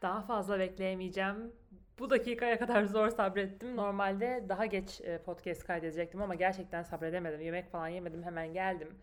Daha fazla bekleyemeyeceğim. Bu dakikaya kadar zor sabrettim. Normalde daha geç podcast kaydedecektim ama gerçekten sabredemedim. Yemek falan yemedim, hemen geldim.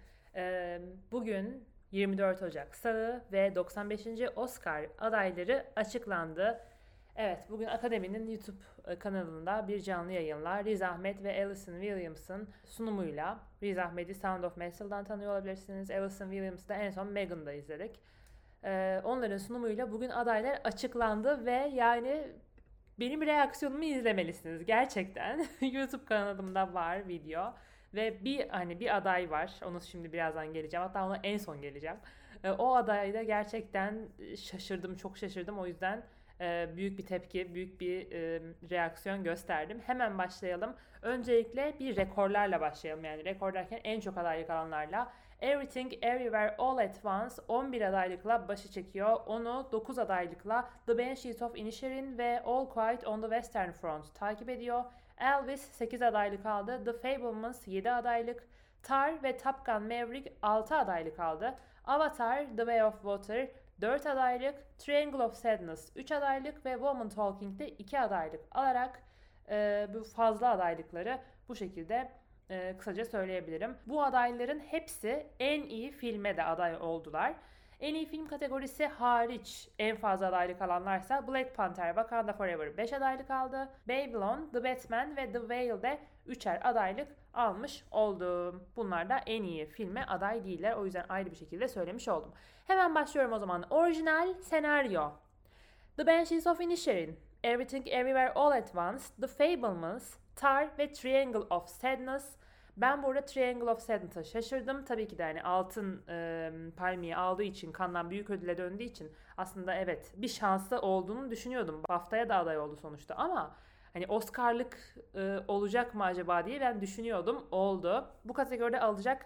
Bugün 24 Ocak Salı ve 95. Oscar adayları açıklandı. Evet, bugün Akademi'nin YouTube kanalında bir canlı yayınla Riz Ahmed ve Alison Williams'ın sunumuyla, Riz Ahmed'i Sound of Metal'dan tanıyor olabilirsiniz. Alison Williams'ı da en son Megan'da izledik. Onların sunumuyla bugün adaylar açıklandı ve yani benim reaksiyonumu izlemelisiniz gerçekten. YouTube kanalımda var video ve bir aday var. Onu şimdi birazdan geleceğim. Hatta ona en son geleceğim. O adayda gerçekten şaşırdım, çok şaşırdım. O yüzden büyük bir tepki, büyük bir reaksiyon gösterdim. Hemen başlayalım. Öncelikle bir rekorlarla başlayalım. Yani rekor derken en çok adaylık alanlarla. Everything Everywhere All at Once 11 adaylıkla başı çekiyor. Onu 9 adaylıkla The Banshees of Inisherin ve All Quiet on the Western Front takip ediyor. Elvis 8 adaylık aldı. The Fabelmans 7 adaylık. Tar ve Top Gun Maverick 6 adaylık aldı. Avatar The Way of Water 4 adaylık. Triangle of Sadness 3 adaylık ve Woman Talking de 2 adaylık alarak bu fazla adaylıkları bu şekilde kısaca söyleyebilirim. Bu adayların hepsi en iyi filme de aday oldular. En iyi film kategorisi hariç en fazla adaylık alanlarsa Black Panther Wakanda Forever 5 adaylık aldı. Babylon, The Batman ve The Whale de 3'er adaylık almış oldu. Bunlar da en iyi filme aday değiller. O yüzden ayrı bir şekilde söylemiş oldum. Hemen başlıyorum o zaman. Orijinal senaryo. The Banshees of Inisherin, Everything Everywhere All at Once, The Fabelmans, Tar ve Triangle of Sadness. Ben burada Triangle of Sadness'a şaşırdım. Tabii ki de hani altın palmiye aldığı için, Cannes'dan büyük ödüle döndüğü için aslında evet bir şansı olduğunu düşünüyordum. BAFTA'ya da aday oldu sonuçta ama hani Oscar'lık olacak mı acaba diye ben düşünüyordum. Oldu. Bu kategoride alacak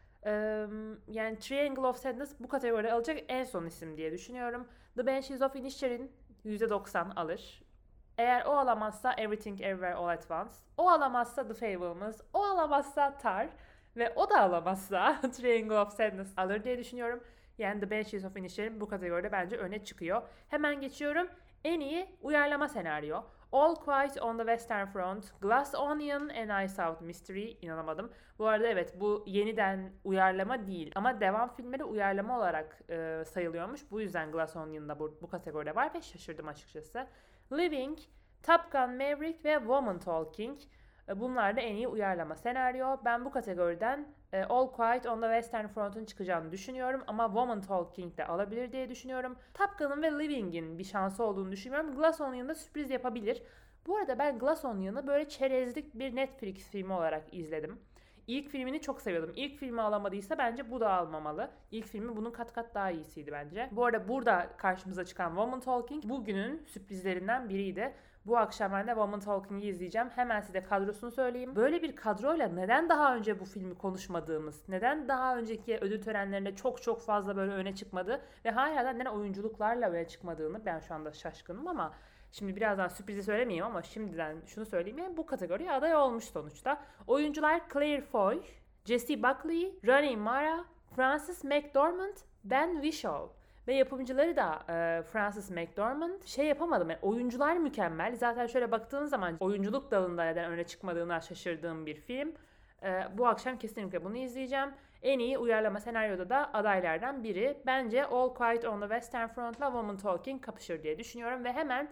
yani Triangle of Sadness bu kategoride alacak en son isim diye düşünüyorum. The Banshees of Inisherin %90 alır. Eğer o alamazsa Everything Everywhere All at Once, o alamazsa The Fabelmans, o alamazsa Tar ve o da alamazsa Triangle of Sadness alır diye düşünüyorum. Yani The Banshees of Inisherin bu kategoride bence öne çıkıyor. Hemen geçiyorum. En iyi uyarlama senaryo. All Quiet on the Western Front, Glass Onion and Ice Out Mystery. İnanamadım. Bu arada evet, bu yeniden uyarlama değil ama devam filmleri uyarlama olarak sayılıyormuş. Bu yüzden Glass Onion da bu kategoride var ve şaşırdım açıkçası. Living, Top Gun Maverick ve Woman Talking. Bunlar da en iyi uyarlama senaryo. Ben bu kategoriden All Quiet on the Western Front'un çıkacağını düşünüyorum ama Woman Talking de alabilir diye düşünüyorum. Top Gun'ın ve Living'in bir şansı olduğunu düşünüyorum. Glass Onion'da sürpriz yapabilir. Bu arada ben Glass Onion'ı böyle çerezlik bir Netflix filmi olarak izledim. İlk filmini çok seviyordum. İlk filmi alamadıysa bence bu da almamalı. İlk filmi bunun kat kat daha iyisiydi bence. Bu arada burada karşımıza çıkan Woman Talking bugünün sürprizlerinden biriydi. Bu akşam ben de Woman Talking'i izleyeceğim. Hemen size kadrosunu söyleyeyim. Böyle bir kadroyla neden daha önce bu filmi konuşmadığımız, neden daha önceki ödül törenlerinde çok fazla böyle öne çıkmadı ve hala da neden oyunculuklarla öne çıkmadığını ben şu anda şaşkınım ama şimdi birazdan sürprizi söylemeyeyim ama şimdiden şunu söyleyeyim. Yani bu kategoriye aday olmuş sonuçta. Oyuncular Claire Foy, Jessie Buckley, Rooney Mara, Frances McDormand, Ben Whishaw. Ve yapımcıları da Frances McDormand. Yapamadım. Yani oyuncular mükemmel. Zaten şöyle baktığın zaman oyunculuk dalında neden öne çıkmadığına şaşırdığım bir film. Bu akşam kesinlikle bunu izleyeceğim. En iyi uyarlama senaryoda da adaylardan biri. Bence All Quiet on the Western Front'la Woman Talking kapışır diye düşünüyorum. Ve hemen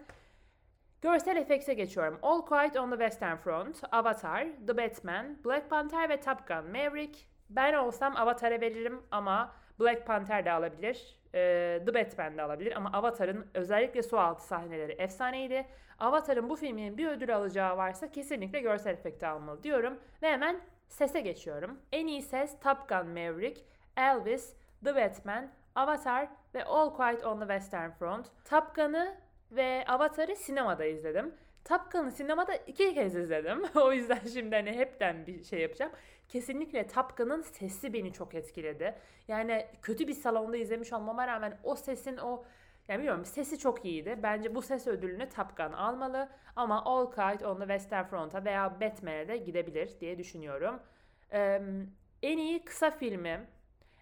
görsel efekt'e geçiyorum. All Quiet on the Western Front, Avatar, The Batman, Black Panther ve Top Gun Maverick. Ben olsam Avatar'a veririm ama Black Panther de alabilir. The Batman de alabilir ama Avatar'ın özellikle su altı sahneleri efsaneydi. Avatar'ın bu filmin bir ödül alacağı varsa kesinlikle görsel efekti almalı diyorum. Ve hemen sese geçiyorum. En iyi ses Top Gun Maverick, Elvis, The Batman, Avatar ve All Quiet on the Western Front. Top Gun'ı ve Avatar'ı sinemada izledim. Top Gun'ı sinemada 2 kez izledim. O yüzden şimdi hani hepten bir şey yapacağım. Kesinlikle Top Gun'ın sesi beni çok etkiledi. Yani kötü bir salonda izlemiş olmama rağmen o sesin yani bilmiyorum, sesi çok iyiydi. Bence bu ses ödülünü Top Gun almalı. Ama All Quiet on the Western Front'a veya Batman'e de gidebilir diye düşünüyorum. En iyi kısa filmi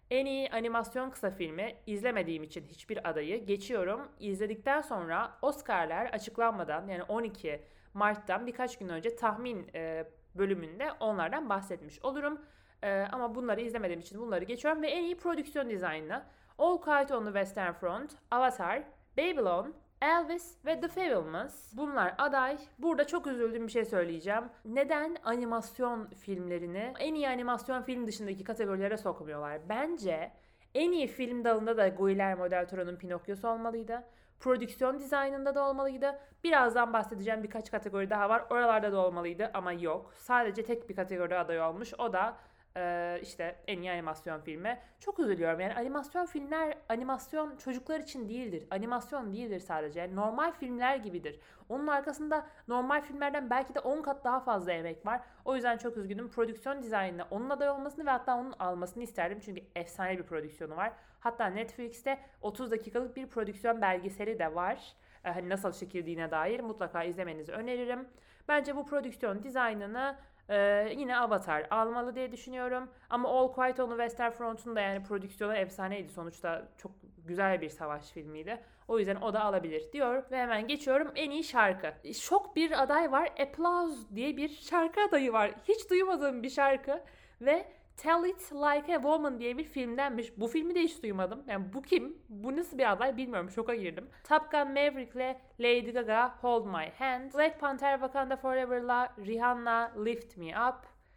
En iyi animasyon kısa filmi izlemediğim için hiçbir adayı geçiyorum. İzledikten sonra Oscar'lar açıklanmadan yani 12 Mart'tan birkaç gün önce tahmin bölümünde onlardan bahsetmiş olurum. Ama bunları izlemediğim için bunları geçiyorum ve en iyi prodüksiyon dizaynına All Quiet on the Western Front, Avatar, Babylon, Elvis ve The Fabelmans bunlar aday. Burada çok üzüldüğüm bir şey söyleyeceğim. Neden animasyon filmlerini en iyi animasyon film dışındaki kategorilere sokmuyorlar? Bence en iyi film dalında da Guillermo del Toro'nun Pinokyo'su olmalıydı. Prodüksiyon dizaynında da olmalıydı. Birazdan bahsedeceğim birkaç kategori daha var. Oralarda da olmalıydı ama yok. Sadece tek bir kategori aday olmuş. O da işte en iyi animasyon filmi. Çok üzülüyorum. Yani animasyon filmler animasyon çocuklar için değildir. Animasyon değildir sadece. Yani normal filmler gibidir. Onun arkasında normal filmlerden belki de 10 kat daha fazla emek var. O yüzden çok üzgünüm. Prodüksiyon dizaynına onun aday olmasını ve hatta onun almasını isterdim. Çünkü efsane bir prodüksiyonu var. Hatta Netflix'te 30 dakikalık bir prodüksiyon belgeseli de var. Hani nasıl çekildiğine dair mutlaka izlemenizi öneririm. Bence bu prodüksiyon dizaynını yine Avatar almalı diye düşünüyorum. Ama All Quiet on the Western Front'un da yani prodüksiyonu efsaneydi. Sonuçta çok güzel bir savaş filmiydi. O yüzden o da alabilir diyor. Ve hemen geçiyorum en iyi şarkı. Şok bir aday var. Applause diye bir şarkı adayı var. Hiç duymadığım bir şarkı. Ve Tell It Like a Woman diye bir filmdenmiş. Bu filmi de hiç duymadım. Yani bu kim? Bu nasıl bir aday bilmiyorum. Şoka girdim. Top Gun Maverick'le Lady Gaga Hold My Hand. Black Panther Wakanda Forever'la Rihanna Lift Me Up.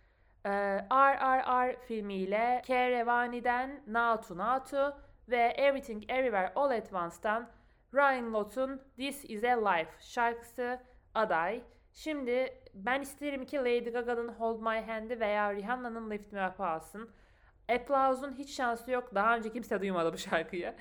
RRR filmiyle Kehrewani'den Naatu Naatu ve Everything Everywhere All at Once'tan Ryan Lotz'un This Is a Life şarkısı aday. Şimdi ben isterim ki Lady Gaga'nın Hold My Hand'i veya Rihanna'nın Lift Me Up'ı alsın. Applause'un hiç şansı yok. Daha önce kimse duymadı bu şarkıyı.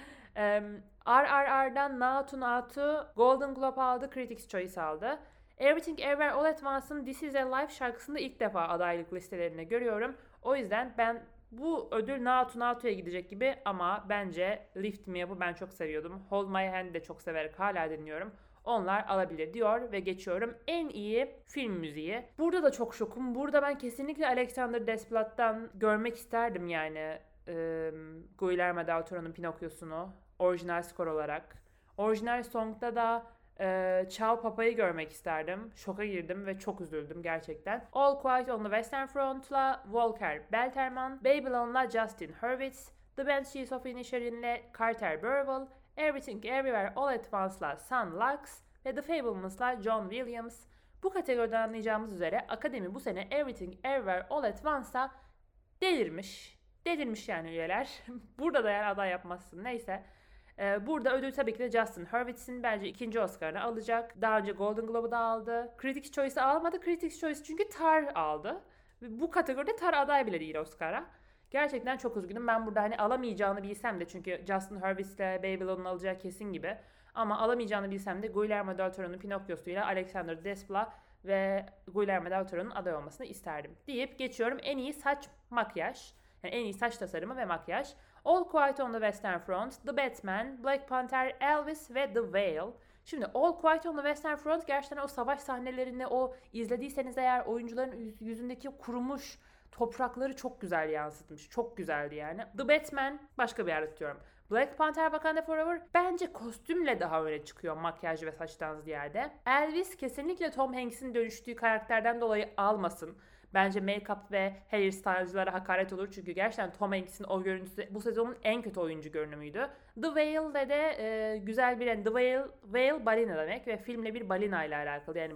RRR'dan Naatu Naatu Golden Globe aldı, Critics' Choice aldı. Everything Everywhere All at Once'ın This Is a Life şarkısını ilk defa adaylık listelerinde görüyorum. O yüzden ben bu ödül Naatu Naatu'ya gidecek gibi ama bence Lift Me Up'ı ben çok seviyordum. Hold My Hand'i de çok severek hala dinliyorum. Onlar alabilir diyor ve geçiyorum en iyi film müziği. Burada da çok şokum. Burada ben kesinlikle Alexander Desplat'tan görmek isterdim yani Guillermo del Toro'nun Pinokyo'sunu orijinal skor olarak. Orijinal songda da Ciao Papa'yı görmek isterdim. Şoka girdim ve çok üzüldüm gerçekten. All Quiet on the Western Front'la Volker Belterman, Babylon'la Justin Hurwitz, The Banshees of Inisherin'le Carter Burwell, Everything Everywhere All at Once'la Sun Lux ve The Fabelmans'la John Williams. Bu kategoriden anlayacağımız üzere Akademi bu sene Everything Everywhere All at Once'a delirmiş. Delirmiş yani üyeler. Burada da yani aday yapmazsın. Neyse. Burada ödül tabii ki de Justin Hurwitz'in bence ikinci Oscar'ını alacak. Daha önce Golden Globe'u da aldı. Critics' Choice'ı almadı. Critics' Choice çünkü Tar aldı. Ve bu kategoride Tar aday bile değil Oscar'a. Gerçekten çok üzgünüm. Ben burada hani alamayacağını bilsem de çünkü Justin Hurwitz'le Babylon'un alacağı kesin gibi. Ama alamayacağını bilsem de Guillermo del Toro'nun Pinokyo'suyla Alexander Desplat ve Guillermo del Toro'nun aday olmasını isterdim. Deyip geçiyorum en iyi saç makyaj. Yani en iyi saç tasarımı ve makyaj. All Quiet on the Western Front, The Batman, Black Panther, Elvis ve The Whale. Şimdi All Quiet on the Western Front gerçekten o savaş sahnelerini o izlediyseniz eğer oyuncuların yüzündeki kurumuş toprakları çok güzel yansıtmış. Çok güzeldi yani. The Batman başka bir yerde tutuyorum. Black Panther Wakanda Forever bence kostümle daha öne çıkıyor makyaj ve saçtan ziyade. Elvis kesinlikle Tom Hanks'in dönüştüğü karakterden dolayı almasın. Bence make-up ve hairstyle'cılara hakaret olur. Çünkü gerçekten Tom Hanks'in o görüntüsü bu sezonun en kötü oyuncu görünümüydü. The Whale'de de güzel bir... The Whale balina demek ve filmle bir balina ile alakalı. Yani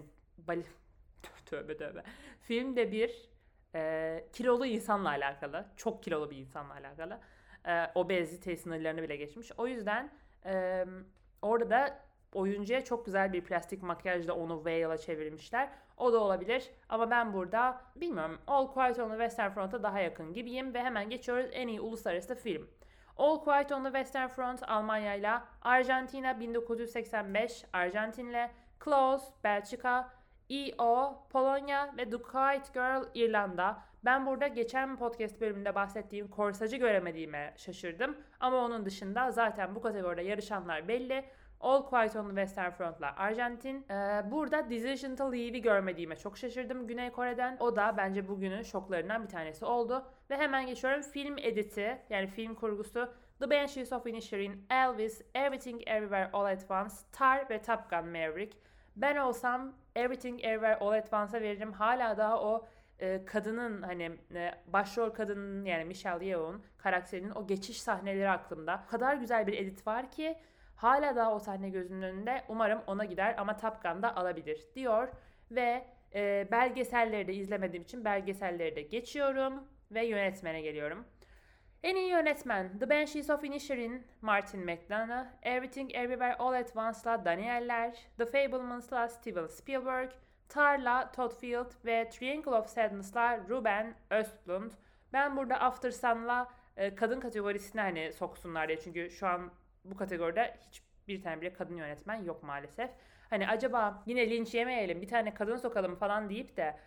tövbe. Filmde bir kilolu insanla alakalı. Çok kilolu bir insanla alakalı. Obezite sınırlarını bile geçmiş. O yüzden orada da oyuncuya çok güzel bir plastik makyajla onu Whale'a çevirmişler. O da olabilir ama ben burada bilmiyorum All Quiet on the Western Front'a daha yakın gibiyim ve hemen geçiyoruz en iyi uluslararası film. All Quiet on the Western Front Almanya'yla, Arjantina 1985 Arjantin'le, Klaus Belçika, E.O. Polonya ve The Quiet Girl İrlanda. Ben burada geçen podcast bölümünde bahsettiğim Korsaj'ı göremediğime şaşırdım. Ama onun dışında zaten bu kategoride yarışanlar belli. All Quiet on the Western Front'la Arjantin. Burada Decision to Leave'i görmediğime çok şaşırdım Güney Kore'den. O da bence bugünün şoklarından bir tanesi oldu. Ve hemen geçiyorum film editi, yani film kurgusu. The Banshees of Inisherin, Elvis, Everything Everywhere All at Once, Tar ve Top Gun Maverick. Ben olsam Everything Everywhere All at Once'a veririm. Hala daha o kadının hani başrol kadının, yani Michelle Yeoh'un karakterinin o geçiş sahneleri aklımda. O kadar güzel bir edit var ki hala daha o sahne gözümün önünde. Umarım ona gider ama Top Gun da alabilir diyor. Ve belgeselleri de izlemediğim için belgeselleri de geçiyorum ve yönetmene geliyorum. En iyi yönetmen The Banshees of Inisherin, Martin McDonagh, Everything Everywhere All at Once'la Daniel'ler, The Fabelmans'la Steven Spielberg, Tar'la Todd Field ve Triangle of Sadness'la Ruben Östlund. Ben burada After Sun'la kadın kategorisine hani soksunlar diye, çünkü şu an bu kategoride hiçbir tane bile kadın yönetmen yok maalesef. Hani acaba yine linç yemeyelim, bir tane kadın sokalım falan deyip de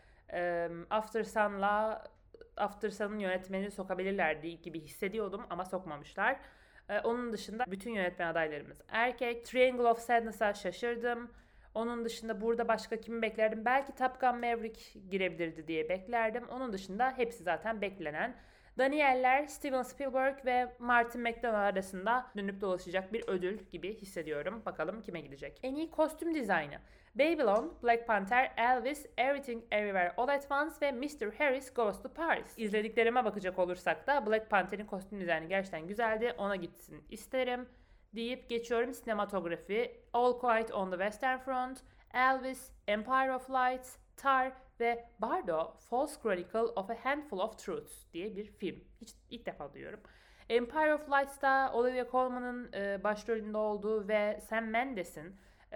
After Sun'ın yönetmenini sokabilirlerdi gibi hissediyordum ama sokmamışlar. Onun dışında bütün yönetmen adaylarımız erkek. Triangle of Sadness'a şaşırdım. Onun dışında burada başka kimi beklerdim? Belki Top Gun Maverick girebilirdi diye beklerdim. Onun dışında hepsi zaten beklenen. Daniel'ler, Steven Spielberg ve Martin McDonagh arasında dönüp dolaşacak bir ödül gibi hissediyorum. Bakalım kime gidecek. En iyi kostüm dizaynı: Babylon, Black Panther, Elvis, Everything Everywhere All at Once ve Mr. Harris Goes to Paris. İzlediklerime bakacak olursak da Black Panther'in kostüm dizaynı gerçekten güzeldi. Ona gitsin isterim deyip geçiyorum sinematografi. All Quiet on the Western Front, Elvis, Empire of Lights, Tar ve Bardo, False Chronicle of a Handful of Truths diye bir film. İlk defa duyuyorum. Empire of Lights'ta Olivia Colman'ın başrolünde olduğu ve Sam Mendes'in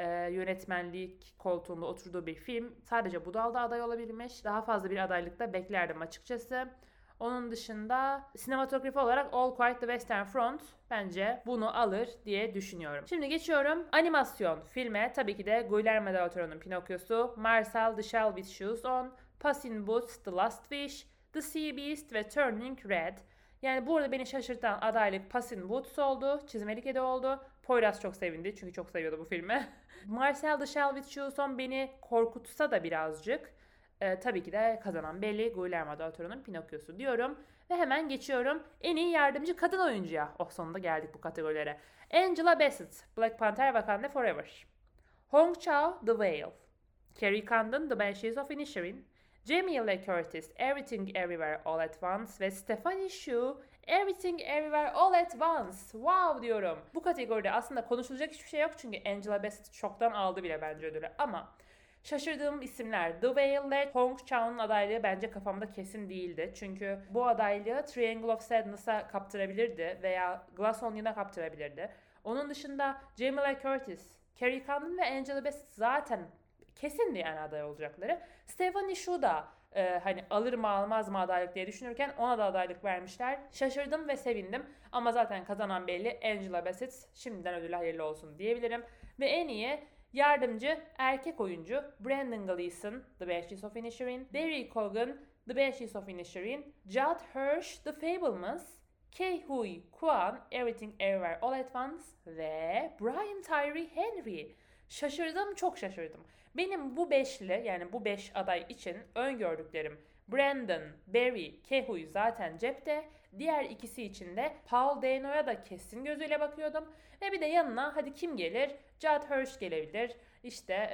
yönetmenlik koltuğunda oturduğu bir film. Sadece bu dalda aday olabilmiş. Daha fazla bir adaylıkta beklerdim açıkçası. Onun dışında sinematografi olarak All Quiet the Western Front bence bunu alır diye düşünüyorum. Şimdi geçiyorum animasyon filme. Tabii ki de Guillermo del Toro'nun Pinokyo'su, Marcel the Shell with Shoes On, Puss in Boots, The Last Wish, The Sea Beast ve Turning Red. Yani burada beni şaşırtan adaylık Puss in Boots oldu, Çizmeli Kedi oldu. Poyraz çok sevindi çünkü çok seviyordu bu filmi. Marcel the Shell with Shoes On beni korkutsa da birazcık. Tabii ki de kazanan belli, Guillermo del Toro'nun Pinokyo'su diyorum. Ve hemen geçiyorum en iyi yardımcı kadın oyuncuya. Sonunda geldik bu kategorilere. Angela Bassett, Black Panther Wakanda Forever. Hong Chau, The Whale. Carrie Condon, The Banshees of Inisherin. Jamie Lee Curtis, Everything Everywhere All at Once ve Stephanie Hsu, Everything Everywhere All at Once. Wow diyorum. Bu kategoride aslında konuşulacak hiçbir şey yok çünkü Angela Bassett çoktan aldı bile bence ödülü, ama şaşırdığım isimler The Whale ile Hong Chau'nun adaylığı bence kafamda kesin değildi. Çünkü bu adaylığı Triangle of Sadness'a kaptırabilirdi veya Glass Onion'a kaptırabilirdi. Onun dışında Jamie Lee Curtis, Carrie Condon ve Angela Bassett zaten kesindi yani aday olacakları. Stephanie Hsu da hani alır mı almaz mı adaylık diye düşünürken ona da adaylık vermişler. Şaşırdım ve sevindim ama zaten kazanan belli, Angela Bassett. Şimdiden ödül hayırlı olsun diyebilirim. Ve en iyi yardımcı erkek oyuncu Brendan Gleeson, The Banshees of Inisherin, Barry Keoghan, The Banshees of Inisherin, Judd Hirsch, The Fabelmans, Ke-huy Kwan, Everything Everywhere All at Once ve Brian Tyree Henry. Şaşırdım, çok şaşırdım. Benim bu beşli, yani bu 5 aday için öngördüklerim Brandon, Barry, Ke-huy zaten cepte. Diğer ikisi için de Paul Dano'ya da kesin gözüyle bakıyordum. Ve bir de yanına hadi kim gelir? Judd Hirsch gelebilir. İşte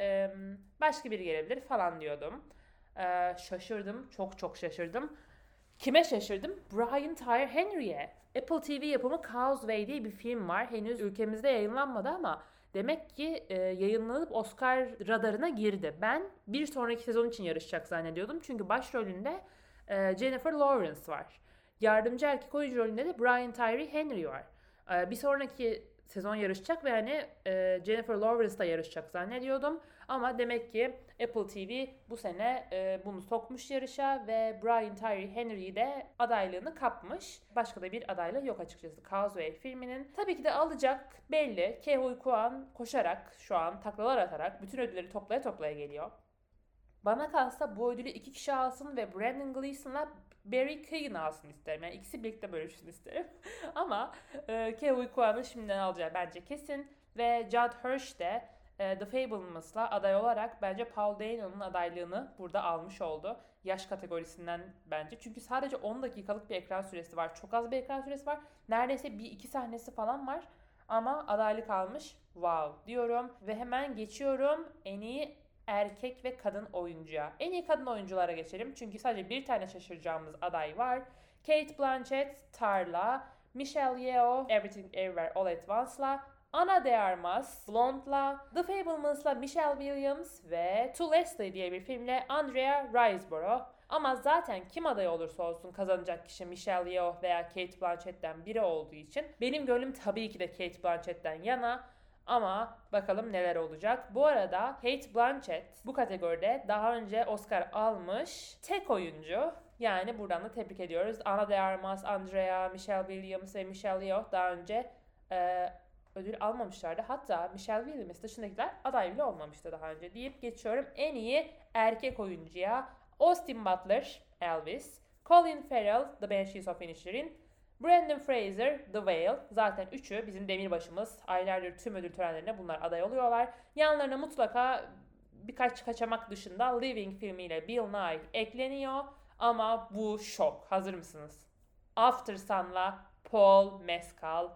başka biri gelebilir falan diyordum. Şaşırdım. Çok şaşırdım. Kime şaşırdım? Brian Tyree Henry'e. Apple TV yapımı Causeway diye bir film var. Henüz ülkemizde yayınlanmadı ama demek ki yayınlanıp Oscar radarına girdi. Ben bir sonraki sezon için yarışacak zannediyordum. Çünkü başrolünde Jennifer Lawrence var. Yardımcı erkek oyuncu rolünde de Brian Tyree Henry var. Bir sonraki sezon yarışacak ve hani Jennifer Lawrence da yarışacak zannediyordum. Ama demek ki Apple TV bu sene bunu sokmuş yarışa ve Brian Tyree Henry de adaylığını kapmış. Başka da bir adaylığı yok açıkçası Causeway filminin. Tabii ki de alacak belli. Ke-huy Kwan koşarak şu an taklalar atarak bütün ödülleri toplaya geliyor. Bana kalsa bu ödülü 2 kişi alsın ve Brendan Gleeson'la Barry Keoghan alsın isterim. Yani ikisi birlikte bölüşsün isterim. Ama Ke-huy Kwan'ın şimdiden alacağı bence kesin. Ve Judd Hirsch de The Fabelmans'la aday olarak bence Paul Dano'nun adaylığını burada almış oldu. Yaş kategorisinden bence. Çünkü sadece 10 dakikalık bir ekran süresi var. Çok az bir ekran süresi var. Neredeyse bir iki sahnesi falan var. Ama adaylık almış. Wow diyorum. Ve hemen geçiyorum en iyi erkek ve kadın oyuncuya. En iyi kadın oyunculara geçelim. Çünkü sadece bir tane şaşıracağımız aday var. Cate Blanchett, Tar'la, Michelle Yeoh, Everything Everywhere All at Once'la, Ana de Armas, Blonde'la, The Fabelmans'la Michelle Williams ve To Leslie diye bir filmle Andrea Riseborough. Ama zaten kim aday olursa olsun kazanacak kişi Michelle Yeoh veya Cate Blanchett'ten biri olduğu için benim gönlüm tabii ki de Cate Blanchett'ten yana. Ama bakalım neler olacak. Bu arada Cate Blanchett bu kategoride daha önce Oscar almış tek oyuncu. Yani buradan da tebrik ediyoruz. Ana de Armas, Andrea, Michelle Williams ve Michelle Yeoh daha önce ödül almamışlardı. Hatta Michelle Williams dışındakiler aday bile olmamıştı daha önce deyip geçiyorum. En iyi erkek oyuncuya Austin Butler, Elvis, Colin Farrell, The Banshees of Inisherin, Brendan Fraser, The Whale. Zaten üçü bizim demirbaşımız. Aylardır tüm ödül törenlerine bunlar aday oluyorlar. Yanlarına mutlaka birkaç kaçamak dışında Living filmiyle Bill Nighy ekleniyor. Ama bu şok. Hazır mısınız? After Sun'la Paul Mescal.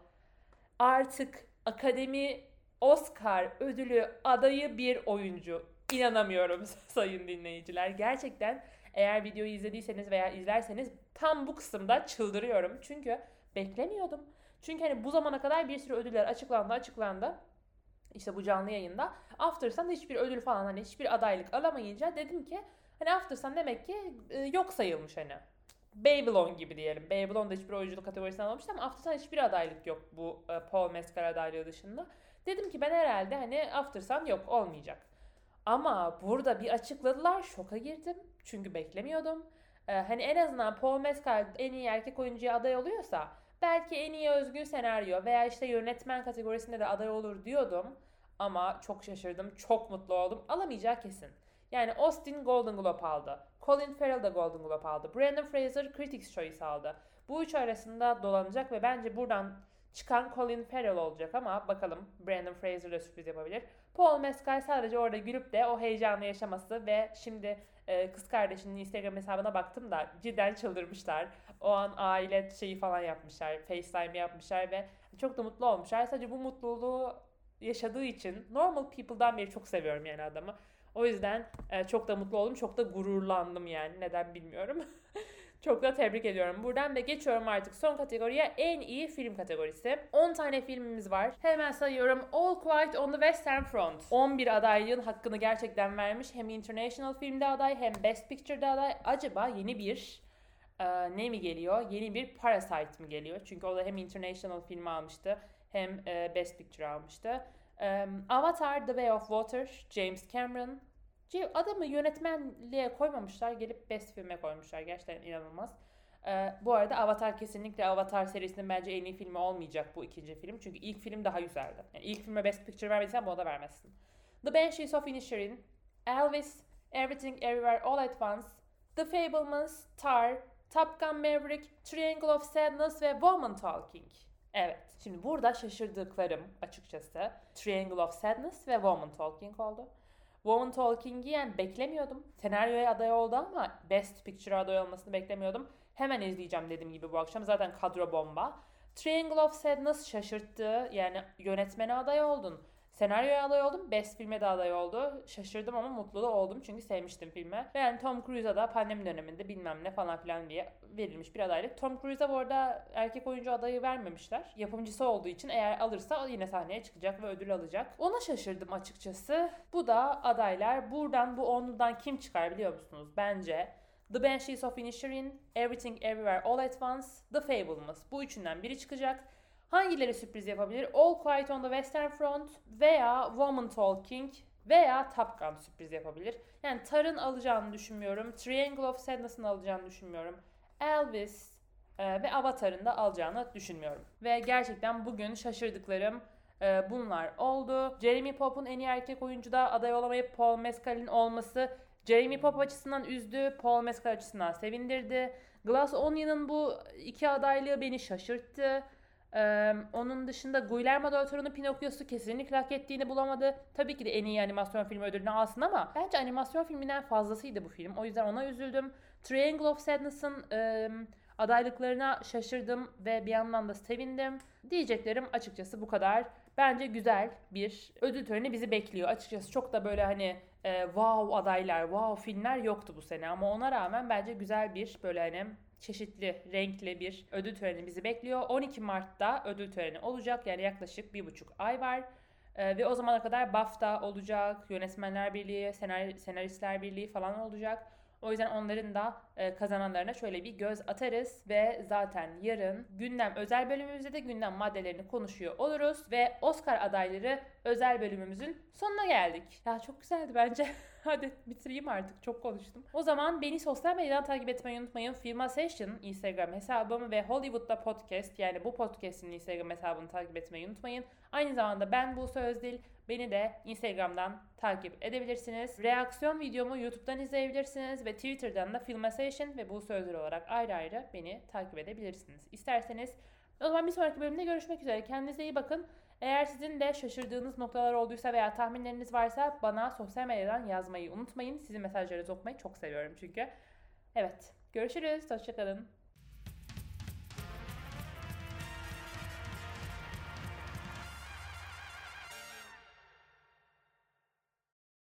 Artık Akademi Oscar ödülü adayı bir oyuncu. İnanamıyorum sayın dinleyiciler. Gerçekten eğer videoyu izlediyseniz veya izlerseniz tam bu kısımda çıldırıyorum. Çünkü beklemiyordum. Çünkü hani bu zamana kadar bir sürü ödüller açıklandı. İşte bu canlı yayında. After Sun hiçbir ödül falan hani hiçbir adaylık alamayınca dedim ki hani After Sun demek ki yok sayılmış hani. Babylon gibi diyelim. Babylon da hiçbir oyunculuk kategorisine almamıştı ama After Sun hiçbir adaylık yok bu Paul Mescal adaylığı dışında. Dedim ki ben herhalde hani After Sun yok olmayacak. Ama burada bir açıkladılar. Şoka girdim. Çünkü beklemiyordum. Hani en azından Paul Mescal en iyi erkek oyuncuya aday oluyorsa belki en iyi özgün senaryo veya işte yönetmen kategorisinde de aday olur diyordum. Ama çok şaşırdım. Çok mutlu oldum. Alamayacağı kesin. Yani Austin Golden Globe aldı. Colin Farrell da Golden Globe aldı. Brandon Fraser Critics' Choice aldı. Bu üç arasında dolanacak ve bence buradan çıkan Colin Farrell olacak ama bakalım Brandon Fraser da sürpriz yapabilir. Paul Mescal sadece orada gülüp de o heyecanı yaşaması ve şimdi kız kardeşinin Instagram hesabına baktım da cidden çıldırmışlar. O an aile şeyi falan yapmışlar, FaceTime yapmışlar ve çok da mutlu olmuşlar. Sadece bu mutluluğu yaşadığı için Normal People'dan beri çok seviyorum yani adamı. O yüzden çok da mutlu oldum, çok da gururlandım yani neden bilmiyorum. Çok da tebrik ediyorum. Buradan da geçiyorum artık son kategoriye, en iyi film kategorisi. 10 tane filmimiz var. Hemen sayıyorum. All Quiet on the Western Front. 11 adaylığın hakkını gerçekten vermiş. Hem International Film'de aday hem Best Picture'da aday. Acaba yeni bir ne mi geliyor? Yeni bir Parasite mi geliyor? Çünkü o da hem International filmi almıştı hem Best Picture almıştı. Avatar The Way of Water, James Cameron. Adamı yönetmenliğe koymamışlar, gelip Best Film'e koymuşlar. Gerçekten inanılmaz. Bu arada Avatar kesinlikle Avatar serisinin bence en iyi filmi olmayacak bu ikinci film. Çünkü ilk film daha güzeldi. Yani ilk filme Best Picture vermediysen buna da vermezsin. The Banshees of Inisherin, Elvis, Everything Everywhere All at Once, The Fabelmans, Tar, Top Gun Maverick, Triangle of Sadness ve Woman Talking. Evet, şimdi burada şaşırdıklarım açıkçası Triangle of Sadness ve Woman Talking oldu. Woman Talking'i yani beklemiyordum. Senaryoya aday oldu ama Best Picture'a aday olmasını beklemiyordum. Hemen izleyeceğim dediğim gibi bu akşam. Zaten kadro bomba. Triangle of Sadness şaşırttı. Yani yönetmene aday oldun. Senaryoya aday oldum. Best filme de aday oldu. Şaşırdım ama mutlu da oldum çünkü sevmiştim filmi. Ve yani Tom Cruise'a da pandemi döneminde bilmem ne falan filan diye verilmiş bir adaylık. Tom Cruise'a bu arada erkek oyuncu adayı vermemişler. Yapımcısı olduğu için eğer alırsa yine sahneye çıkacak ve ödül alacak. Ona şaşırdım açıkçası. Bu da adaylar. Buradan bu onludan kim çıkar biliyor musunuz? Bence The Banshees of Inisherin, Everything Everywhere All at Once, The Fabelmans. Bu üçünden biri çıkacak. Hangileri sürpriz yapabilir? All Quiet on the Western Front veya Woman Talking veya Top Gun sürpriz yapabilir. Yani Tar'ın alacağını düşünmüyorum. Triangle of Sadness'ın alacağını düşünmüyorum. Elvis ve Avatar'ın da alacağını düşünmüyorum. Ve gerçekten bugün şaşırdıklarım bunlar oldu. Jeremy Popp'un en iyi erkek oyuncuda aday olamayıp Paul Mescal'in olması Jeremy Pop açısından üzdü, Paul Mescal açısından sevindirdi. Glass Onion'ın bu iki adaylığı beni şaşırttı. Onun dışında Guillermo del Toro'nun Pinokyo'su kesinlikle hak ettiğini bulamadı. Tabii ki de en iyi animasyon filmi ödülünü alsın ama bence animasyon filminden fazlasıydı bu film. O yüzden ona üzüldüm. Triangle of Sadness'ın adaylıklarına şaşırdım ve bir yandan da sevindim. Diyeceklerim açıkçası bu kadar. Bence güzel bir ödül töreni bizi bekliyor. Açıkçası çok da böyle hani wow adaylar, wow filmler yoktu bu sene ama ona rağmen bence güzel bir böyle hani çeşitli, renkli bir ödül töreni bizi bekliyor. 12 Mart'ta ödül töreni olacak. Yani yaklaşık 1,5 ay var. Ve o zamana kadar BAFTA olacak, Yönetmenler Birliği, Senaristler Birliği falan olacak. O yüzden onların da kazananlarına şöyle bir göz atarız ve zaten yarın gündem özel bölümümüzde de gündem maddelerini konuşuyor oluruz ve Oscar adayları özel bölümümüzün sonuna geldik. Ya çok güzeldi bence. Hadi bitireyim artık. Çok konuştum. O zaman beni sosyal medyadan takip etmeyi unutmayın. Filmation Instagram hesabım ve Hollywood'da podcast yani bu podcast'in Instagram hesabını takip etmeyi unutmayın. Aynı zamanda ben Buse Özdil. Beni de Instagram'dan takip edebilirsiniz. Reaksiyon videomu YouTube'dan izleyebilirsiniz ve Twitter'dan da Filmation ve Buse Özdil olarak ayrı ayrı beni takip edebilirsiniz. İsterseniz o zaman bir sonraki bölümde görüşmek üzere. Kendinize iyi bakın. Eğer sizin de şaşırdığınız noktalar olduysa veya tahminleriniz varsa bana sosyal medyadan yazmayı unutmayın. Sizin mesajlarınızı okumayı çok seviyorum çünkü. Evet, görüşürüz. Hoşçakalın.